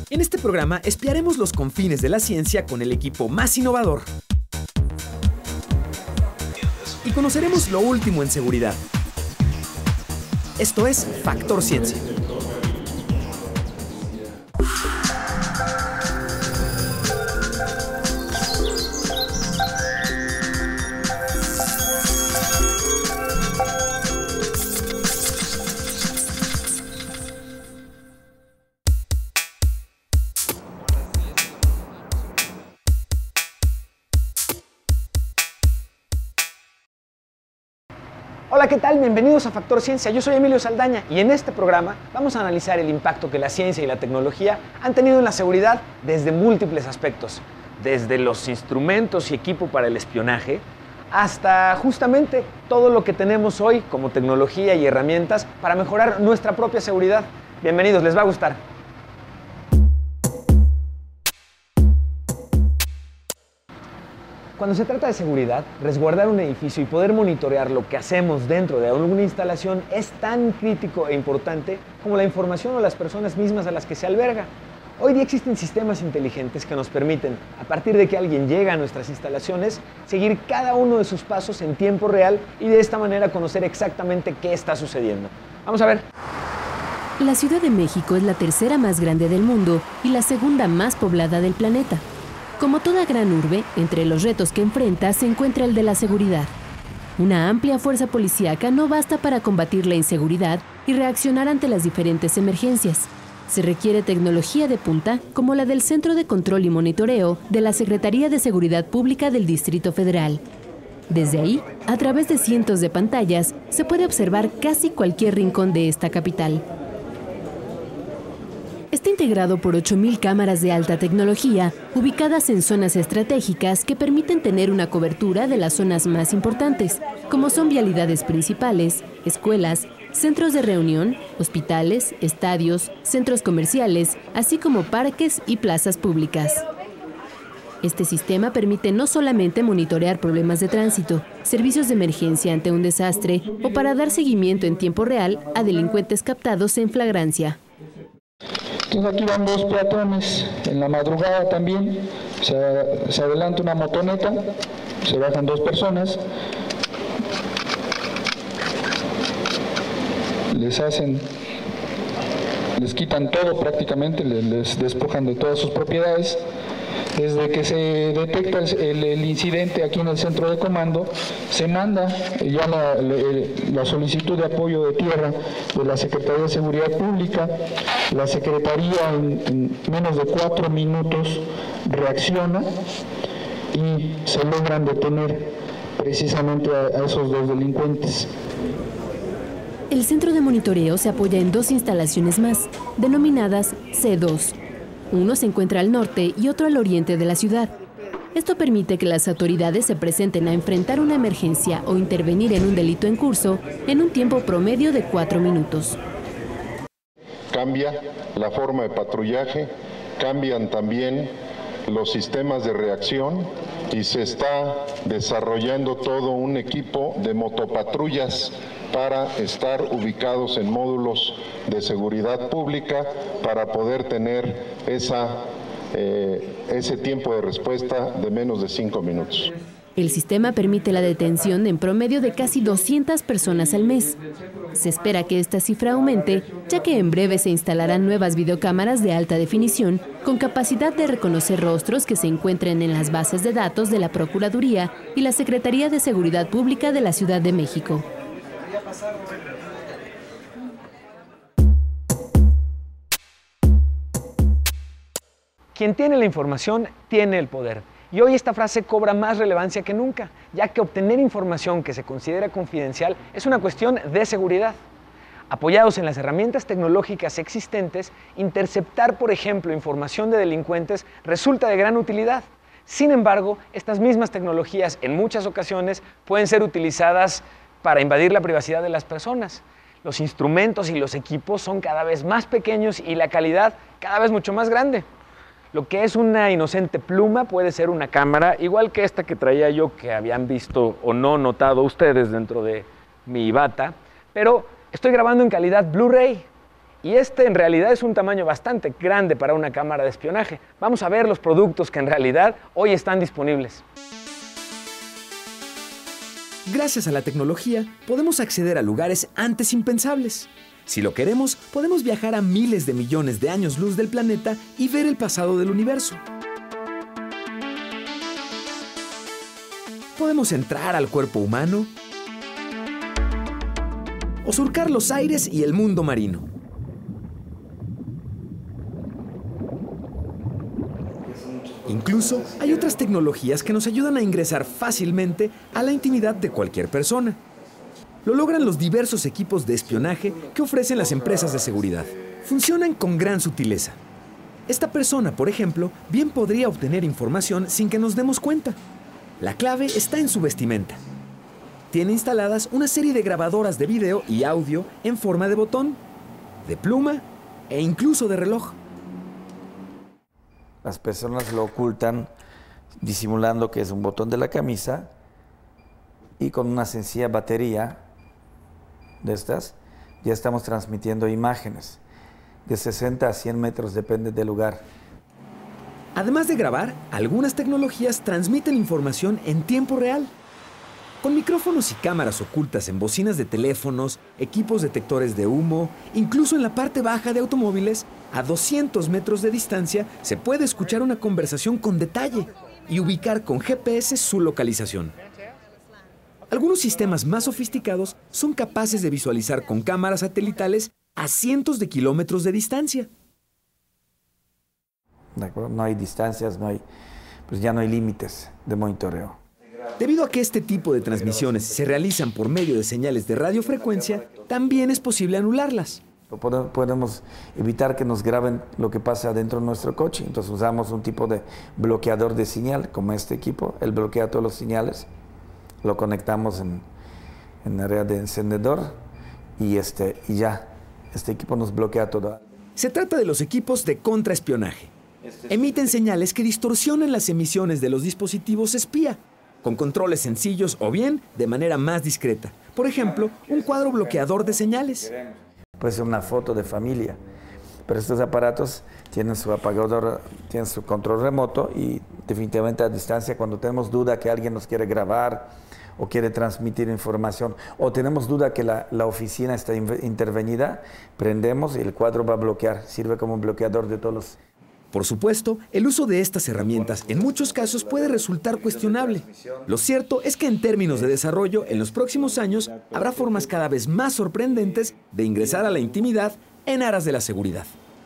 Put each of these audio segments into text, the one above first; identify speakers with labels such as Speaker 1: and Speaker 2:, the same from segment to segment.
Speaker 1: En este programa espiaremos los confines de la ciencia con el equipo más innovador. Y conoceremos lo último en seguridad. Esto es Factor Ciencia. Hola, ¿qué tal? Bienvenidos a Factor Ciencia. Yo soy Emilio Saldaña y en este programa vamos a analizar el impacto que la ciencia y la tecnología han tenido en la seguridad desde múltiples aspectos, desde los instrumentos y equipo para el espionaje hasta justamente todo lo que tenemos hoy como tecnología y herramientas para mejorar nuestra propia seguridad. Bienvenidos, les va a gustar. Cuando se trata de seguridad, resguardar un edificio y poder monitorear lo que hacemos dentro de alguna instalación es tan crítico e importante como la información o las personas mismas a las que se alberga. Hoy día existen sistemas inteligentes que nos permiten, a partir de que alguien llega a nuestras instalaciones, seguir cada uno de sus pasos en tiempo real y de esta manera conocer exactamente qué está sucediendo. Vamos a ver.
Speaker 2: La Ciudad de México es la tercera más grande del mundo y la segunda más poblada del planeta. Como toda gran urbe, entre los retos que enfrenta se encuentra el de la seguridad. Una amplia fuerza policíaca no basta para combatir la inseguridad y reaccionar ante las diferentes emergencias. Se requiere tecnología de punta como la del Centro de Control y Monitoreo de la Secretaría de Seguridad Pública del Distrito Federal. Desde ahí, a través de cientos de pantallas, se puede observar casi cualquier rincón de esta capital. Está integrado por 8,000 cámaras de alta tecnología, ubicadas en zonas estratégicas que permiten tener una cobertura de las zonas más importantes, como son vialidades principales, escuelas, centros de reunión, hospitales, estadios, centros comerciales, así como parques y plazas públicas. Este sistema permite no solamente monitorear problemas de tránsito, servicios de emergencia ante un desastre o para dar seguimiento en tiempo real a delincuentes captados en flagrancia.
Speaker 3: Entonces aquí van dos peatones, en la madrugada también, se adelanta una motoneta, se bajan dos personas, les quitan todo prácticamente, les despojan de todas sus propiedades. Desde que se detecta el incidente aquí en el centro de comando, se manda ya la solicitud de apoyo de tierra de la Secretaría de Seguridad Pública. La Secretaría en menos de 4 minutos reacciona y se logran detener precisamente a esos dos delincuentes.
Speaker 2: El centro de monitoreo se apoya en dos instalaciones más, denominadas C2. Uno se encuentra al norte y otro al oriente de la ciudad. Esto permite que las autoridades se presenten a enfrentar una emergencia o intervenir en un delito en curso en un tiempo promedio de 4 minutos.
Speaker 4: Cambia la forma de patrullaje, cambian también los sistemas de reacción y se está desarrollando todo un equipo de motopatrullas para estar ubicados en módulos de seguridad pública para poder tener ese tiempo de respuesta de menos de 5 minutos.
Speaker 2: El sistema permite la detención en promedio de casi 200 personas al mes. Se espera que esta cifra aumente, ya que en breve se instalarán nuevas videocámaras de alta definición con capacidad de reconocer rostros que se encuentren en las bases de datos de la Procuraduría y la Secretaría de Seguridad Pública de la Ciudad de México.
Speaker 1: Quien tiene la información tiene el poder. Y hoy esta frase cobra más relevancia que nunca, ya que obtener información que se considera confidencial es una cuestión de seguridad. Apoyados en las herramientas tecnológicas existentes, interceptar, por ejemplo, información de delincuentes resulta de gran utilidad. Sin embargo, estas mismas tecnologías en muchas ocasiones pueden ser utilizadas para invadir la privacidad de las personas. Los instrumentos y los equipos son cada vez más pequeños y la calidad cada vez mucho más grande. Lo que es una inocente pluma puede ser una cámara, igual que esta que traía yo, que habían visto o no notado ustedes dentro de mi bata, pero estoy grabando en calidad Blu-ray Y este en realidad es un tamaño bastante grande para una cámara de espionaje. Vamos a ver los productos que en realidad hoy están disponibles.
Speaker 5: Gracias a la tecnología, podemos acceder a lugares antes impensables. Si lo queremos, podemos viajar a miles de millones de años luz del planeta y ver el pasado del universo. Podemos entrar al cuerpo humano o surcar los aires y el mundo marino. Incluso hay otras tecnologías que nos ayudan a ingresar fácilmente a la intimidad de cualquier persona. Lo logran los diversos equipos de espionaje que ofrecen las empresas de seguridad. Funcionan con gran sutileza. Esta persona, por ejemplo, bien podría obtener información sin que nos demos cuenta. La clave está en su vestimenta. Tiene instaladas una serie de grabadoras de video y audio en forma de botón, de pluma e incluso de reloj.
Speaker 6: Las personas lo ocultan disimulando que es un botón de la camisa y con una sencilla batería de estas ya estamos transmitiendo imágenes de 60 a 100 metros, depende del lugar.
Speaker 5: Además de grabar, algunas tecnologías transmiten información en tiempo real. Con micrófonos y cámaras ocultas en bocinas de teléfonos, equipos detectores de humo, incluso en la parte baja de automóviles, a 200 metros de distancia se puede escuchar una conversación con detalle y ubicar con GPS su localización. Algunos sistemas más sofisticados son capaces de visualizar con cámaras satelitales a cientos de kilómetros de distancia.
Speaker 6: ¿De acuerdo? No hay distancias, pues ya no hay límites de monitoreo.
Speaker 5: Debido a que este tipo de transmisiones se realizan por medio de señales de radiofrecuencia, también es posible anularlas.
Speaker 6: Podemos evitar que nos graben lo que pasa dentro de nuestro coche. Entonces usamos un tipo de bloqueador de señal, como este equipo. Él bloquea todas las señales. Lo conectamos en el área de encendedor y ya, este equipo nos bloquea todo.
Speaker 5: Se trata de los equipos de contraespionaje. Emiten señales que distorsionan las emisiones de los dispositivos espía, con controles sencillos o bien de manera más discreta. Por ejemplo, un cuadro bloqueador de señales.
Speaker 6: Puede ser una foto de familia, pero estos aparatos tienen su apagador, tienen su control remoto y definitivamente a distancia, cuando tenemos duda que alguien nos quiere grabar o quiere transmitir información o tenemos duda que la oficina está intervenida, prendemos y el cuadro va a bloquear, sirve como un bloqueador de todos los...
Speaker 5: Por supuesto, el uso de estas herramientas en muchos casos puede resultar cuestionable. Lo cierto es que en términos de desarrollo, en los próximos años habrá formas cada vez más sorprendentes de ingresar a la intimidad en aras de la seguridad.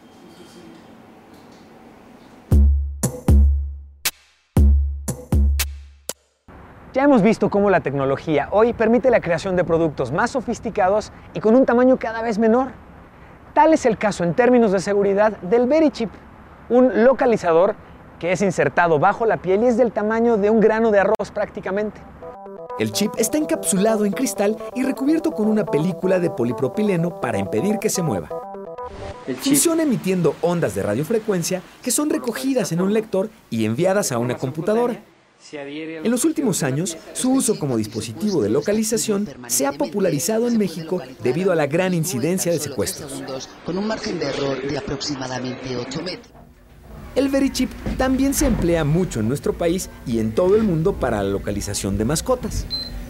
Speaker 1: Ya hemos visto cómo la tecnología hoy permite la creación de productos más sofisticados y con un tamaño cada vez menor. Tal es el caso en términos de seguridad del VeriChip, un localizador que es insertado bajo la piel y es del tamaño de un grano de arroz prácticamente.
Speaker 5: El chip está encapsulado en cristal y recubierto con una película de polipropileno para impedir que se mueva. Funciona emitiendo ondas de radiofrecuencia que son recogidas en un lector y enviadas a una computadora. En los últimos años, su uso como dispositivo de localización se ha popularizado en México debido a la gran incidencia de secuestros.
Speaker 7: Con un margen de error de aproximadamente 8 metros.
Speaker 5: El VeriChip también se emplea mucho en nuestro país y en todo el mundo para la localización de mascotas.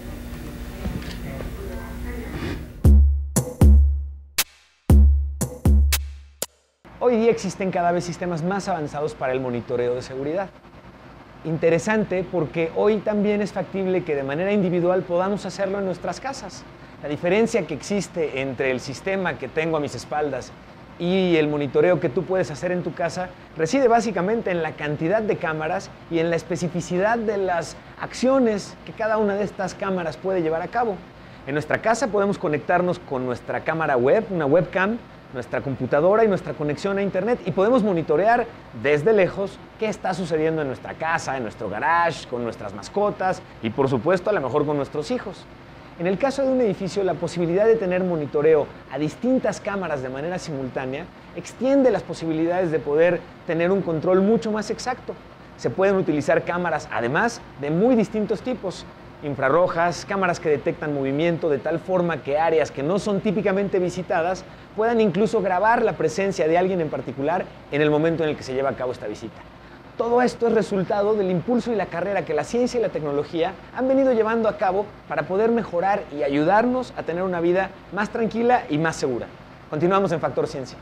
Speaker 1: Hoy día existen cada vez sistemas más avanzados para el monitoreo de seguridad. Interesante porque hoy también es factible que de manera individual podamos hacerlo en nuestras casas. La diferencia que existe entre el sistema que tengo a mis espaldas y el monitoreo que tú puedes hacer en tu casa reside básicamente en la cantidad de cámaras y en la especificidad de las acciones que cada una de estas cámaras puede llevar a cabo. En nuestra casa podemos conectarnos con nuestra cámara web, una webcam, nuestra computadora y nuestra conexión a internet y podemos monitorear desde lejos qué está sucediendo en nuestra casa, en nuestro garage, con nuestras mascotas y por supuesto a lo mejor con nuestros hijos. En el caso de un edificio, la posibilidad de tener monitoreo a distintas cámaras de manera simultánea extiende las posibilidades de poder tener un control mucho más exacto. Se pueden utilizar cámaras, además, de muy distintos tipos. infrarrojas, cámaras que detectan movimiento de tal forma que áreas que no son típicamente visitadas puedan incluso grabar la presencia de alguien en particular en el momento en el que se lleva a cabo esta visita. Todo esto es resultado del impulso y la carrera que la ciencia y la tecnología han venido llevando a cabo para poder mejorar y ayudarnos a tener una vida más tranquila y más segura. Continuamos en Factor Ciencia.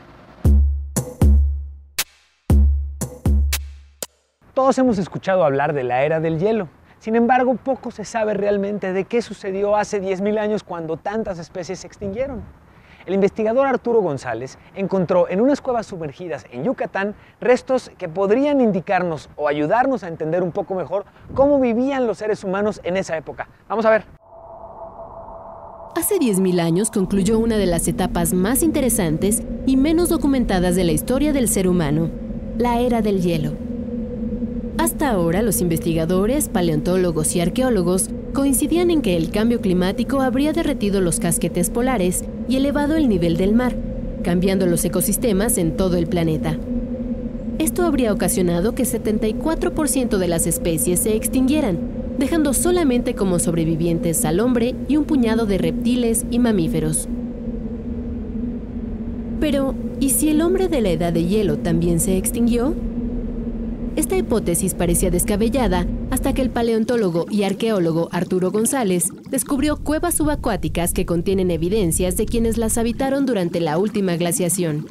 Speaker 1: Todos hemos escuchado hablar de la era del hielo. Sin embargo, poco se sabe realmente de qué sucedió hace 10.000 años cuando tantas especies se extinguieron. El investigador Arturo González encontró en unas cuevas sumergidas en Yucatán restos que podrían indicarnos o ayudarnos a entender un poco mejor cómo vivían los seres humanos en esa época. Vamos a ver.
Speaker 2: Hace 10.000 años concluyó una de las etapas más interesantes y menos documentadas de la historia del ser humano, la era del hielo. Hasta ahora, los investigadores, paleontólogos y arqueólogos coincidían en que el cambio climático habría derretido los casquetes polares y elevado el nivel del mar, cambiando los ecosistemas en todo el planeta. Esto habría ocasionado que 74% de las especies se extinguieran, dejando solamente como sobrevivientes al hombre y un puñado de reptiles y mamíferos. Pero, ¿y si el hombre de la edad de hielo también se extinguió? Esta hipótesis parecía descabellada hasta que el paleontólogo y arqueólogo Arturo González descubrió cuevas subacuáticas que contienen evidencias de quienes las habitaron durante la última glaciación.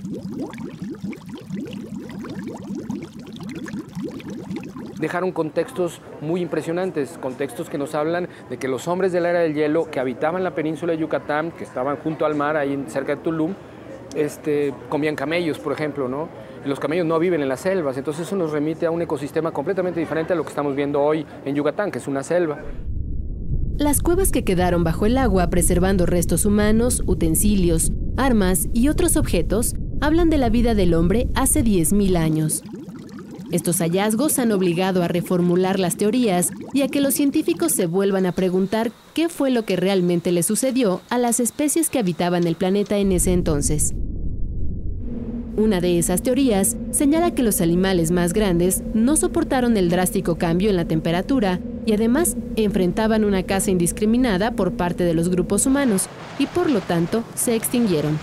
Speaker 8: Dejaron contextos muy impresionantes, contextos que nos hablan de que los hombres de la era del hielo que habitaban la península de Yucatán, que estaban junto al mar, ahí cerca de Tulum, comían camellos, por ejemplo, ¿no? Los camellos no viven en las selvas, entonces eso nos remite a un ecosistema completamente diferente a lo que estamos viendo hoy en Yucatán, que es una selva.
Speaker 2: Las cuevas que quedaron bajo el agua preservando restos humanos, utensilios, armas y otros objetos hablan de la vida del hombre hace 10.000 años. Estos hallazgos han obligado a reformular las teorías y a que los científicos se vuelvan a preguntar qué fue lo que realmente le sucedió a las especies que habitaban el planeta en ese entonces. Una de esas teorías señala que los animales más grandes no soportaron el drástico cambio en la temperatura y además enfrentaban una caza indiscriminada por parte de los grupos humanos y por lo tanto se extinguieron.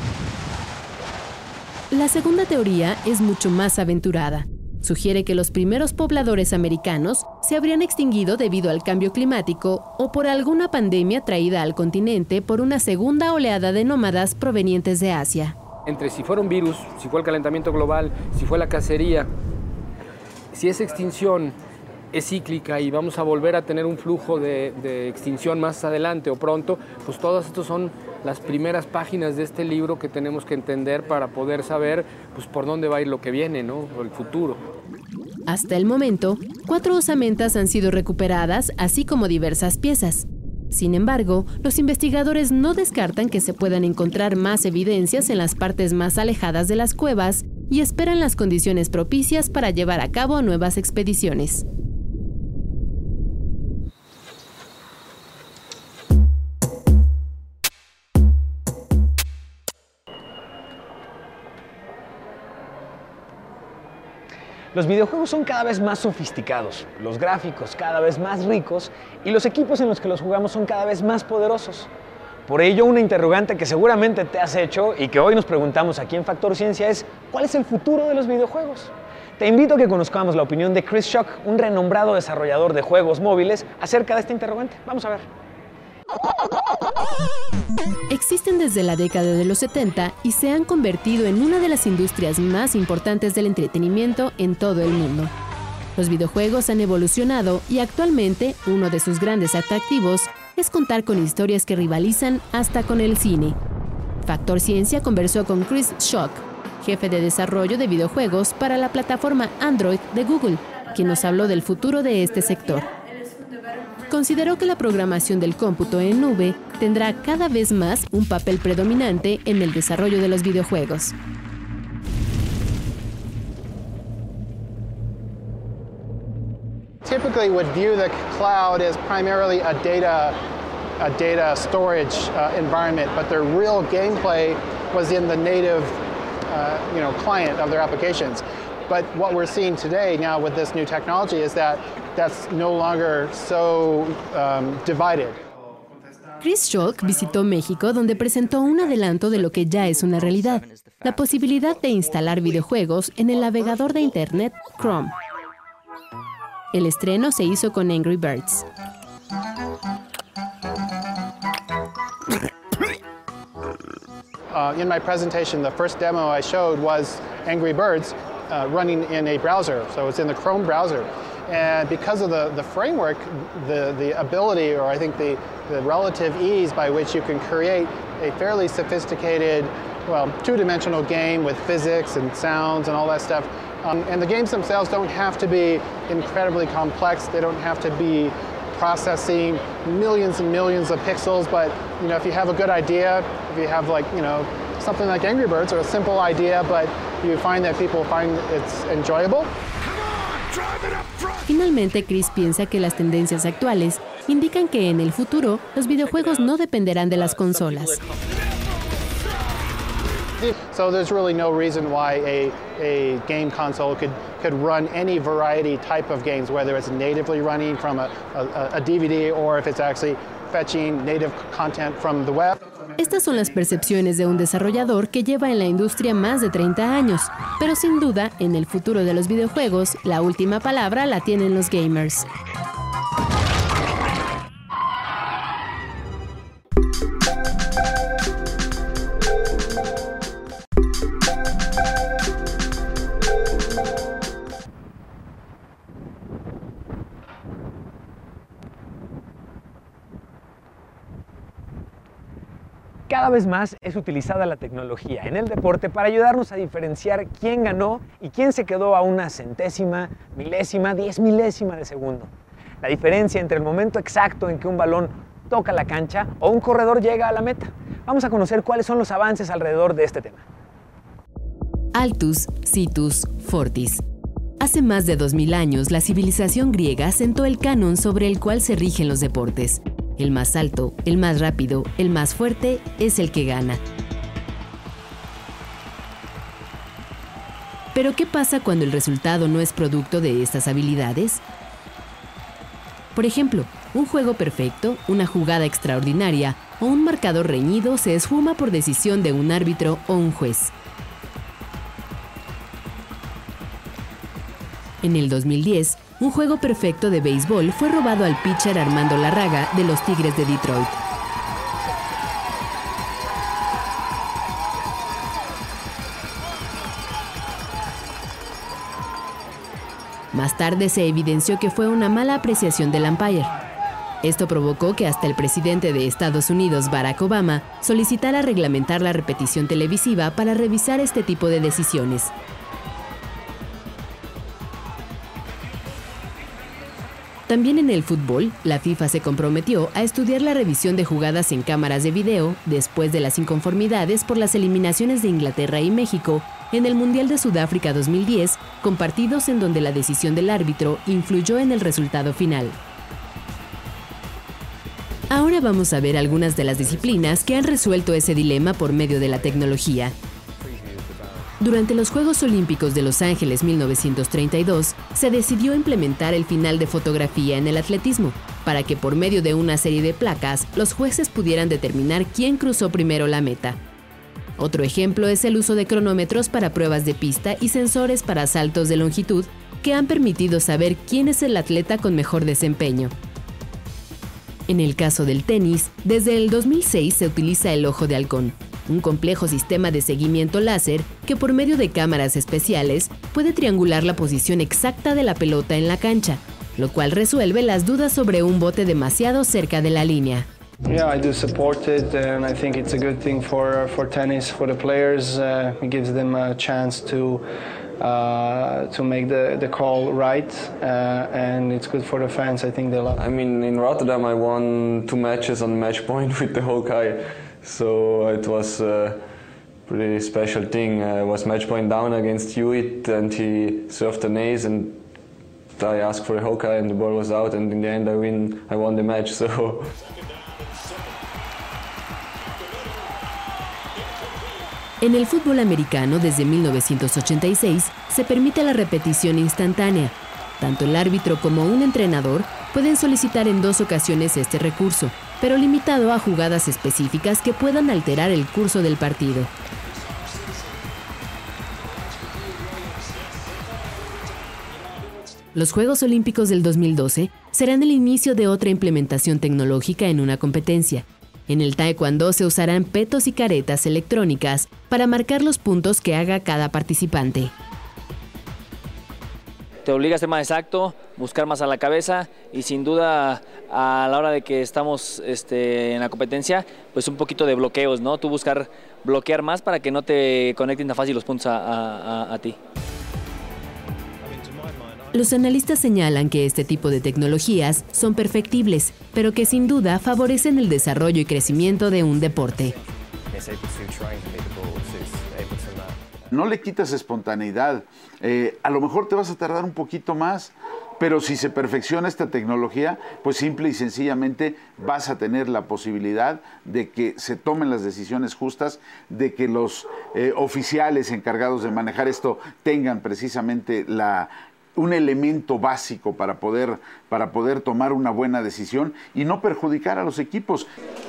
Speaker 2: La segunda teoría es mucho más aventurada. Sugiere que los primeros pobladores americanos se habrían extinguido debido al cambio climático o por alguna pandemia traída al continente por una segunda oleada de nómadas provenientes de Asia.
Speaker 8: Entre si fuera un virus, si fue el calentamiento global, si fue la cacería, si esa extinción es cíclica y vamos a volver a tener un flujo de extinción más adelante o pronto, pues todas estas son las primeras páginas de este libro que tenemos que entender para poder saber pues, por dónde va a ir lo que viene, ¿no? O el futuro.
Speaker 2: Hasta el momento, 4 osamentas han sido recuperadas, así como diversas piezas. Sin embargo, los investigadores no descartan que se puedan encontrar más evidencias en las partes más alejadas de las cuevas y esperan las condiciones propicias para llevar a cabo nuevas expediciones.
Speaker 1: Los videojuegos son cada vez más sofisticados, los gráficos cada vez más ricos y los equipos en los que los jugamos son cada vez más poderosos. Por ello, una interrogante que seguramente te has hecho y que hoy nos preguntamos aquí en Factor Ciencia es ¿cuál es el futuro de los videojuegos? Te invito a que conozcamos la opinión de Chris Schoch, un renombrado desarrollador de juegos móviles, acerca de esta interrogante. Vamos a ver.
Speaker 2: Existen desde la década de los 70 y se han convertido en una de las industrias más importantes del entretenimiento en todo el mundo. Los videojuegos han evolucionado y actualmente uno de sus grandes atractivos es contar con historias que rivalizan hasta con el cine. Factor Ciencia conversó con Chris Schoch, jefe de desarrollo de videojuegos para la plataforma Android de Google, quien nos habló del futuro de este sector. Consideró que la programación del cómputo en nube tendrá cada vez más un papel predominante en el desarrollo de los videojuegos.
Speaker 9: Typically would view the cloud as primarily a data storage environment, but their real gameplay was in the native client of their applications. But what we're seeing today now with this new technology is that that's no longer so divided.
Speaker 2: Chris Schalk visitó México, donde presentó un adelanto de lo que ya es una realidad, la posibilidad de instalar videojuegos en el navegador de Internet Chrome. El estreno se hizo con Angry Birds.
Speaker 9: In my presentation, the first demo I showed was Angry Birds running in a browser, so it's in the Chrome browser. And because of the framework, the ability, or I think the relative ease by which you can create a fairly sophisticated, well, two-dimensional game with physics and sounds and all that stuff. And the games themselves don't have to be incredibly complex. They don't have to be processing millions and millions of pixels. But you know, if you have a good idea, if you have something like Angry Birds or a simple idea, but you find that people find it's enjoyable.
Speaker 2: Finalmente, Chris piensa que las tendencias actuales indican que en el futuro los videojuegos no dependerán de las consolas.
Speaker 9: So there's really no reason why a game console could run any variety type of games, whether it's natively running from a DVD or if it's actually fetching native content from the web.
Speaker 2: Estas son las percepciones de un desarrollador que lleva en la industria más de 30 años, pero sin duda, en el futuro de los videojuegos, la última palabra la tienen los gamers.
Speaker 1: Cada vez más es utilizada la tecnología en el deporte para ayudarnos a diferenciar quién ganó y quién se quedó a una centésima, milésima, 10 milésima de segundo. La diferencia entre el momento exacto en que un balón toca la cancha o un corredor llega a la meta. Vamos a conocer cuáles son los avances alrededor de este tema.
Speaker 2: Altus, Situs, Fortis. Hace más de 2000 años, la civilización griega sentó el canon sobre el cual se rigen los deportes. El más alto, el más rápido, el más fuerte es el que gana. Pero ¿qué pasa cuando el resultado no es producto de estas habilidades? Por ejemplo, un juego perfecto, una jugada extraordinaria o un marcador reñido se esfuma por decisión de un árbitro o un juez. En el 2010, un juego perfecto de béisbol fue robado al pitcher Armando Larraga de los Tigres de Detroit. Más tarde se evidenció que fue una mala apreciación del umpire. Esto provocó que hasta el presidente de Estados Unidos, Barack Obama, solicitara reglamentar la repetición televisiva para revisar este tipo de decisiones. También en el fútbol, la FIFA se comprometió a estudiar la revisión de jugadas en cámaras de video después de las inconformidades por las eliminaciones de Inglaterra y México en el Mundial de Sudáfrica 2010, con partidos en donde la decisión del árbitro influyó en el resultado final. Ahora vamos a ver algunas de las disciplinas que han resuelto ese dilema por medio de la tecnología. Durante los Juegos Olímpicos de Los Ángeles 1932, se decidió implementar el final de fotografía en el atletismo, para que por medio de una serie de placas, los jueces pudieran determinar quién cruzó primero la meta. Otro ejemplo es el uso de cronómetros para pruebas de pista y sensores para saltos de longitud, que han permitido saber quién es el atleta con mejor desempeño. En el caso del tenis, desde el 2006 se utiliza el ojo de halcón, un complejo sistema de seguimiento láser que por medio de cámaras especiales puede triangular la posición exacta de la pelota en la cancha, lo cual resuelve las dudas sobre un bote demasiado cerca de la línea.
Speaker 10: Yeah, I do support it, and I think it's a good thing for tennis, for the players. It gives them a chance to make the call right, and it's good for the fans. I think they love it.
Speaker 11: I mean, in Rotterdam, I won 2 matches on match point with the Hawkeye. So it was a pretty special thing. I was match point down against Hewitt and he served an ace and I asked for a Hawkeye and the ball was out and in the end I won the match. So.
Speaker 2: En el fútbol americano, desde 1986, se permite la repetición instantánea. Tanto el árbitro como un entrenador pueden solicitar en 2 ocasiones este recurso, pero limitado a jugadas específicas que puedan alterar el curso del partido. Los Juegos Olímpicos del 2012 serán el inicio de otra implementación tecnológica en una competencia. En el taekwondo se usarán petos y caretas electrónicas para marcar los puntos que haga cada participante.
Speaker 12: Te obliga a ser más exacto, buscar más a la cabeza y sin duda a la hora de que estamos en la competencia, pues un poquito de bloqueos, ¿no? Tú buscar bloquear más para que no te conecten tan fácil los puntos a ti.
Speaker 2: Los analistas señalan que este tipo de tecnologías son perfectibles, pero que sin duda favorecen el desarrollo y crecimiento de un deporte.
Speaker 13: No le quitas espontaneidad. A lo mejor te vas a tardar un poquito más, pero si se perfecciona esta tecnología, pues simple y sencillamente vas a tener la posibilidad de que se tomen las decisiones justas, de que los oficiales encargados de manejar esto tengan precisamente un elemento básico para poder tomar una buena decisión y no perjudicar a los equipos.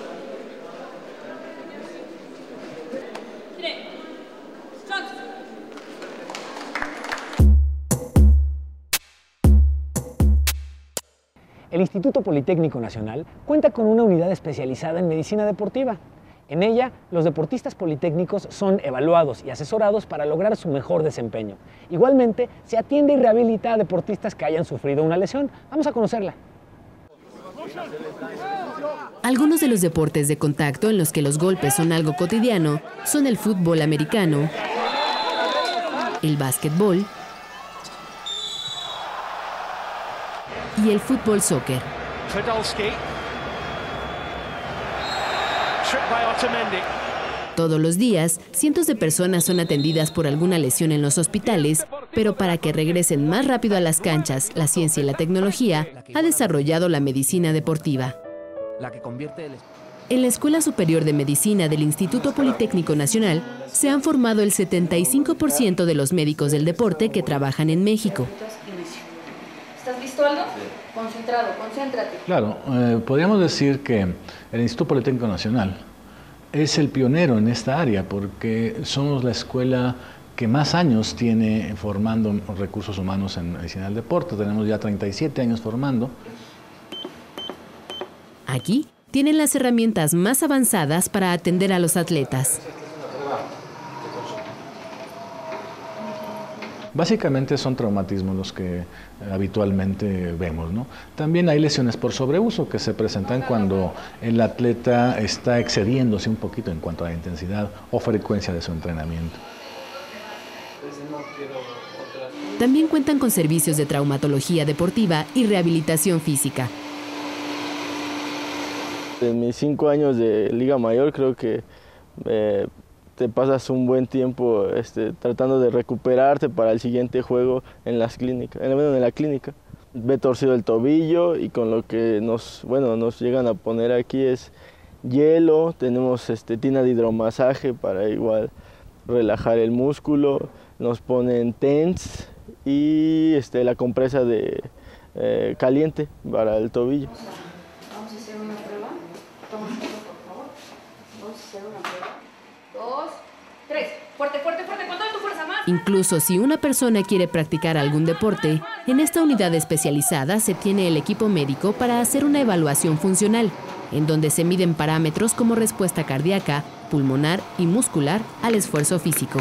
Speaker 1: El Instituto Politécnico Nacional cuenta con una unidad especializada en medicina deportiva. En ella, los deportistas politécnicos son evaluados y asesorados para lograr su mejor desempeño. Igualmente, se atiende y rehabilita a deportistas que hayan sufrido una lesión. Vamos a conocerla.
Speaker 2: Algunos de los deportes de contacto en los que los golpes son algo cotidiano son el fútbol americano, el básquetbol y el fútbol soccer. Todos los días, cientos de personas son atendidas por alguna lesión en los hospitales, pero para que regresen más rápido a las canchas, la ciencia y la tecnología ha desarrollado la medicina deportiva. En la Escuela Superior de Medicina del Instituto Politécnico Nacional se han formado el 75% de los médicos del deporte que trabajan en México.
Speaker 14: ¿Estás listo, Aldo? Concentrado, concéntrate.
Speaker 15: Claro, podríamos decir que el Instituto Politécnico Nacional es el pionero en esta área porque somos la escuela que más años tiene formando recursos humanos en medicina del deporte. Tenemos ya 37 años formando.
Speaker 2: Aquí tienen las herramientas más avanzadas para atender a los atletas.
Speaker 15: Básicamente son traumatismos los que habitualmente vemos, ¿no? También hay lesiones por sobreuso que se presentan cuando el atleta está excediéndose un poquito en cuanto a la intensidad o frecuencia de su entrenamiento.
Speaker 2: También cuentan con servicios de traumatología deportiva y rehabilitación física.
Speaker 16: En mis 5 años de Liga Mayor creo que te pasas un buen tiempo tratando de recuperarte para el siguiente juego en las clínicas, en la clínica. Me he torcido el tobillo y con lo que nos llegan a poner aquí es hielo, tenemos tina de hidromasaje para igual relajar el músculo, nos ponen TENS y la compresa de caliente para el tobillo.
Speaker 14: Vamos a hacer una prueba. Toma un poco, por favor. Vamos a hacer una prueba. 2, 3. Fuerte, fuerte, fuerte. Con toda tu fuerza más.
Speaker 2: Incluso si una persona quiere practicar algún deporte, en esta unidad especializada se tiene el equipo médico para hacer una evaluación funcional, en donde se miden parámetros como respuesta cardíaca, pulmonar y muscular al esfuerzo físico.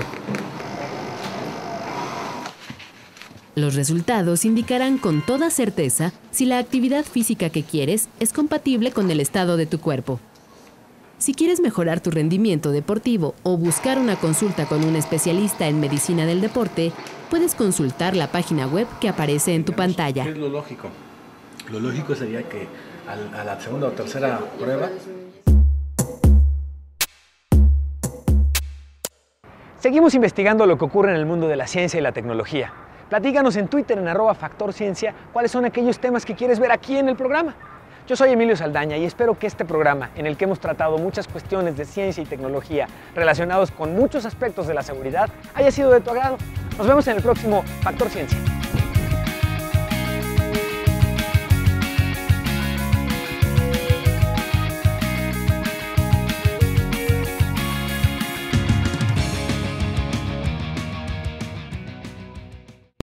Speaker 2: Los resultados indicarán con toda certeza si la actividad física que quieres es compatible con el estado de tu cuerpo. Si quieres mejorar tu rendimiento deportivo o buscar una consulta con un especialista en medicina del deporte, puedes consultar la página web que aparece en tu pantalla.
Speaker 15: ¿Qué es lo lógico? Lo lógico sería que a la segunda o tercera prueba...
Speaker 1: Seguimos investigando lo que ocurre en el mundo de la ciencia y la tecnología. Platícanos en Twitter en @FactorCiencia cuáles son aquellos temas que quieres ver aquí en el programa. Yo soy Emilio Saldaña y espero que este programa, en el que hemos tratado muchas cuestiones de ciencia y tecnología relacionados con muchos aspectos de la seguridad, haya sido de tu agrado. Nos vemos en el próximo Factor Ciencia.